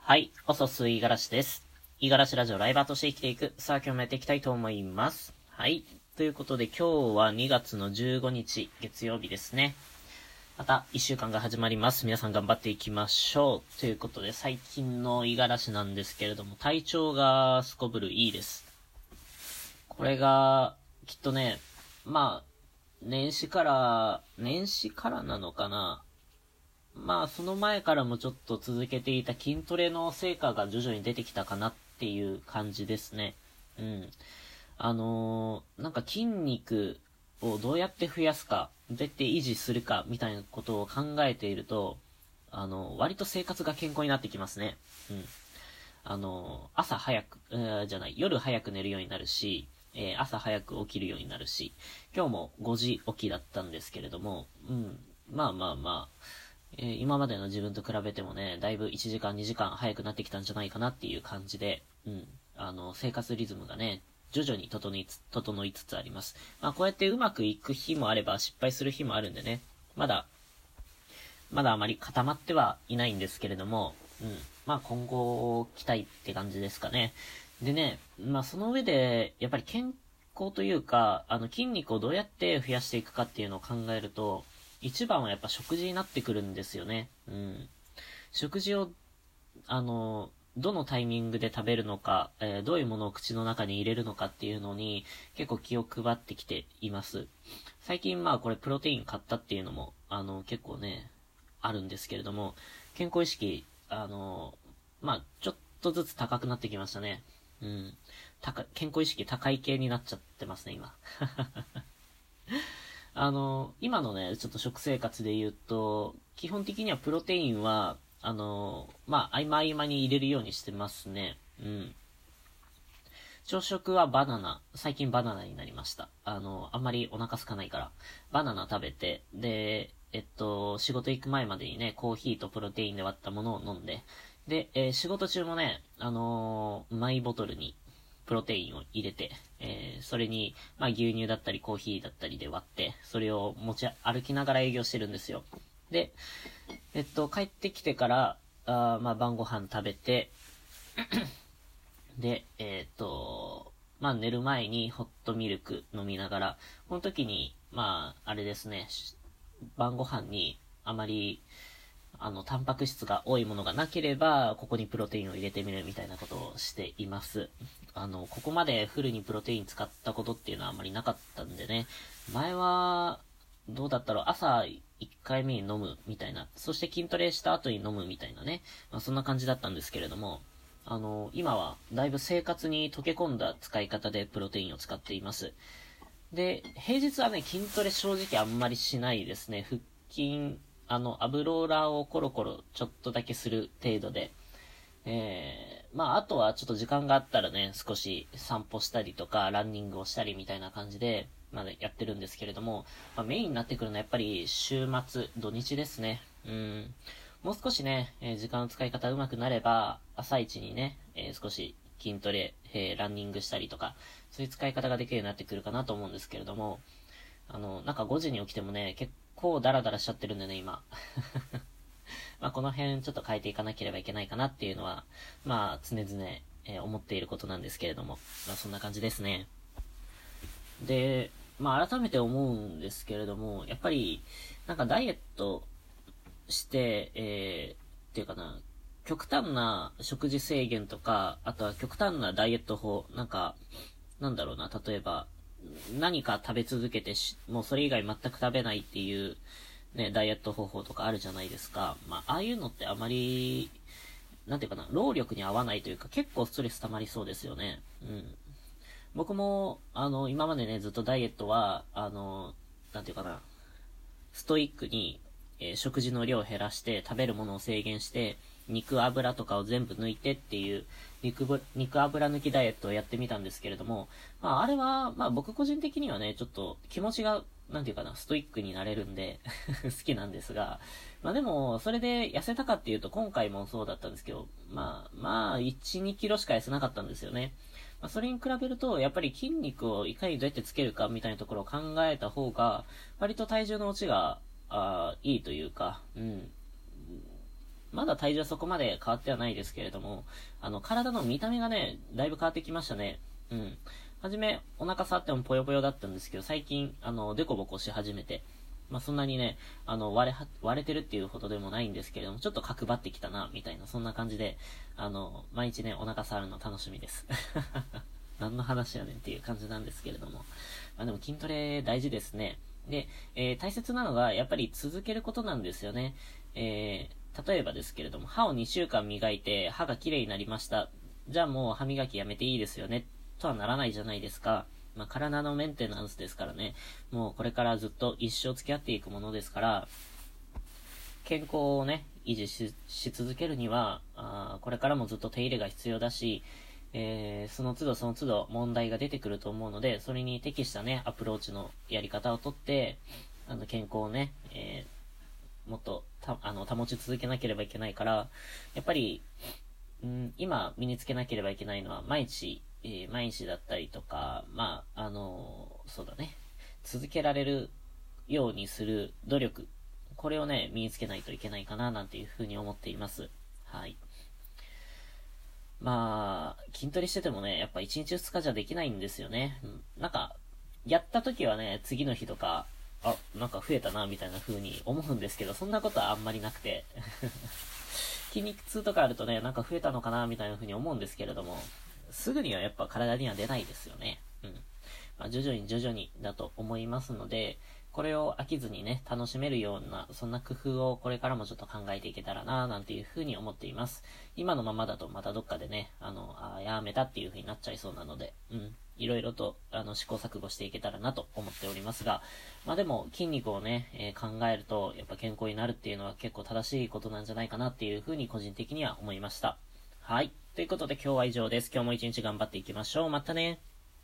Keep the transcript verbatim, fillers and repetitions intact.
はい、おそすいがらしです。いがらしラジオライバーとして生きていく。さあ今日もやっていきたいと思います。はい。ということで今日はにがつのじゅうごにち月曜日ですね。またいっしゅうかんが始まります。皆さん頑張っていきましょう。ということで最近のいがらしなんですけれども、体調がすこぶるいいです。これがきっとね、まあ、年始から、年始からなのかな。まあ、その前からもちょっと続けていた筋トレの成果が徐々に出てきたかなっていう感じですね。うん。あのー、なんか筋肉をどうやって増やすか、どうやって維持するか、みたいなことを考えていると、あの、割と生活が健康になってきますね。うん。あの、朝早く、えー、じゃない、夜早く寝るようになるし、えー、朝早く起きるようになるし、今日もごじ起きだったんですけれども、うん。まあまあまあ、えー、今までの自分と比べてもね、だいぶいちじかんにじかん早くなってきたんじゃないかなっていう感じで、うん。あの、生活リズムがね、徐々に整いつ、整いつつあります。まあこうやってうまくいく日もあれば失敗する日もあるんでね、まだ、まだあまり固まってはいないんですけれども、うん。まあ今後期待って感じですかね。でね、まあその上で、やっぱり健康というか、あの筋肉をどうやって増やしていくかっていうのを考えると、一番はやっぱ食事になってくるんですよね。うん。食事を、あの、どのタイミングで食べるのか、えー、どういうものを口の中に入れるのかっていうのに結構気を配ってきています。最近まあこれプロテイン買ったっていうのも、あの、結構ね、あるんですけれども、健康意識、あの、まあちょっとずつ高くなってきましたね。うん。高、健康意識高い系になっちゃってますね、今。あの、今のね、ちょっと食生活で言うと、基本的にはプロテインは、あの、まあ、合間合間に入れるようにしてますね。うん。朝食はバナナ。最近バナナになりました。あの、あんまりお腹空かないから、バナナ食べて、で、えっと、仕事行く前までにね、コーヒーとプロテインで割ったものを飲んで、で、えー仕事中もね、あのーマイボトルにプロテインを入れて、えー、それに、まあ、牛乳だったりコーヒーだったりで割って、それを持ち歩きながら営業してるんですよ。で、えっと、帰ってきてから、あーまあ、晩ご飯食べて、で、えっと、まあ、寝る前にホットミルク飲みながら、この時に、まあ、あれですね、晩ご飯にあまり、あの、タンパク質が多いものがなければ、ここにプロテインを入れてみるみたいなことをしています。あの、ここまでフルにプロテイン使ったことっていうのはあまりなかったんでね。前は、どうだったろう、朝いっかいめに飲むみたいな。そして筋トレした後に飲むみたいなね。まあ、そんな感じだったんですけれども、あの、今はだいぶ生活に溶け込んだ使い方でプロテインを使っています。で、平日はね、筋トレ正直あんまりしないですね。腹筋、あの、アブローラーをコロコロちょっとだけする程度で。えー、まあ、あとはちょっと時間があったらね、少し散歩したりとか、ランニングをしたりみたいな感じで、まだやってるんですけれども、まあ、メインになってくるのはやっぱり週末、土日ですね。うん。もう少しね、えー時間の使い方上手くなれば、朝一にね、えー少し筋トレ、えーランニングしたりとか、そういう使い方ができるようになってくるかなと思うんですけれども、あの、なんかごじに起きてもね、結構ダラダラしちゃってるんでね、今。まあこの辺ちょっと変えていかなければいけないかなっていうのは、まあ常々、えー思っていることなんですけれども、まあそんな感じですね。で、まあ改めて思うんですけれども、やっぱり、なんかダイエットして、えー、っていうかな、極端な食事制限とか、あとは極端なダイエット法、なんか、なんだろうな、例えば、何か食べ続けてし、もうそれ以外全く食べないっていう、ね、ダイエット方法とかあるじゃないですか。まあ、ああいうのってあまり、なんていうかな、労力に合わないというか、結構ストレス溜まりそうですよね。うん。僕も、あの、今までね、ずっとダイエットは、あの、なんていうかな、ストイックに、えー食事の量を減らして、食べるものを制限して、肉油とかを全部抜いてっていう、肉ぶ、肉油抜きダイエットをやってみたんですけれども、まああれは、まあ僕個人的にはね、ちょっと気持ちが、なんていうかな、ストイックになれるんで好きなんですが、まあでも、それで痩せたかっていうと、今回もそうだったんですけど、まあ、まあ、いち、にキロしか痩せなかったんですよね。まあ、それに比べると、やっぱり筋肉をいかにどうやってつけるかみたいなところを考えた方が、割と体重の落ちが、あいいというか、うん。 まだ体重はそこまで変わってはないですけれども、あの、体の見た目がね、だいぶ変わってきましたね。うん。はじめ、お腹触ってもぽよぽよだったんですけど、最近、あの、デコボコし始めて、まあ、そんなにね、あの、割れは、割れてるっていうほどでもないんですけれども、ちょっと角張ってきたな、みたいな、そんな感じで、あの、毎日ね、お腹触るの楽しみです。何の話やねんっていう感じなんですけれども。まあ、でも筋トレ大事ですね。で、えー、大切なのが、やっぱり続けることなんですよね。えー、例えばですけれども、歯をにしゅうかん磨いて、歯が綺麗になりました。じゃあもう歯磨きやめていいですよね。とはならないじゃないですか。まあ、体のメンテナンスですからね。もうこれからずっと一生付き合っていくものですから、健康をね、維持 し, し続けるにはあ、これからもずっと手入れが必要だし、えー、その都度その都度問題が出てくると思うので、それに適したね、アプローチのやり方をとって、あの、健康をね、えー、もっと、た、あの、保ち続けなければいけないから、やっぱり、うん、今身につけなければいけないのは、毎日、えー、毎日だったりとか、まあ、あのー、そうだね、続けられるようにする努力、これをね、身につけないといけないかな、なんていうふうに思っています。はい。まあ、筋トレしててもね、やっぱいちにちふつかじゃできないんですよね。うん、なんか、やった時はね、次の日とか、あ、なんか増えたな、みたいな風に思うんですけど、そんなことはあんまりなくて。筋肉痛とかあるとね、なんか増えたのかな、みたいな風に思うんですけれども、すぐにはやっぱ体には出ないですよね。うん。まあ、徐々に徐々にだと思いますので、これを飽きずにね、楽しめるような、そんな工夫をこれからもちょっと考えていけたらな、なんていう風に思っています。今のままだとまたどっかでね、あの、あやめたっていう風になっちゃいそうなので、うん。いろいろと、あの、試行錯誤していけたらなと思っておりますが、まあでも、筋肉をね、えー、考えると、やっぱ健康になるっていうのは結構正しいことなんじゃないかなっていう風に個人的には思いました。はい。ということで今日は以上です。今日も一日頑張っていきましょう。またね。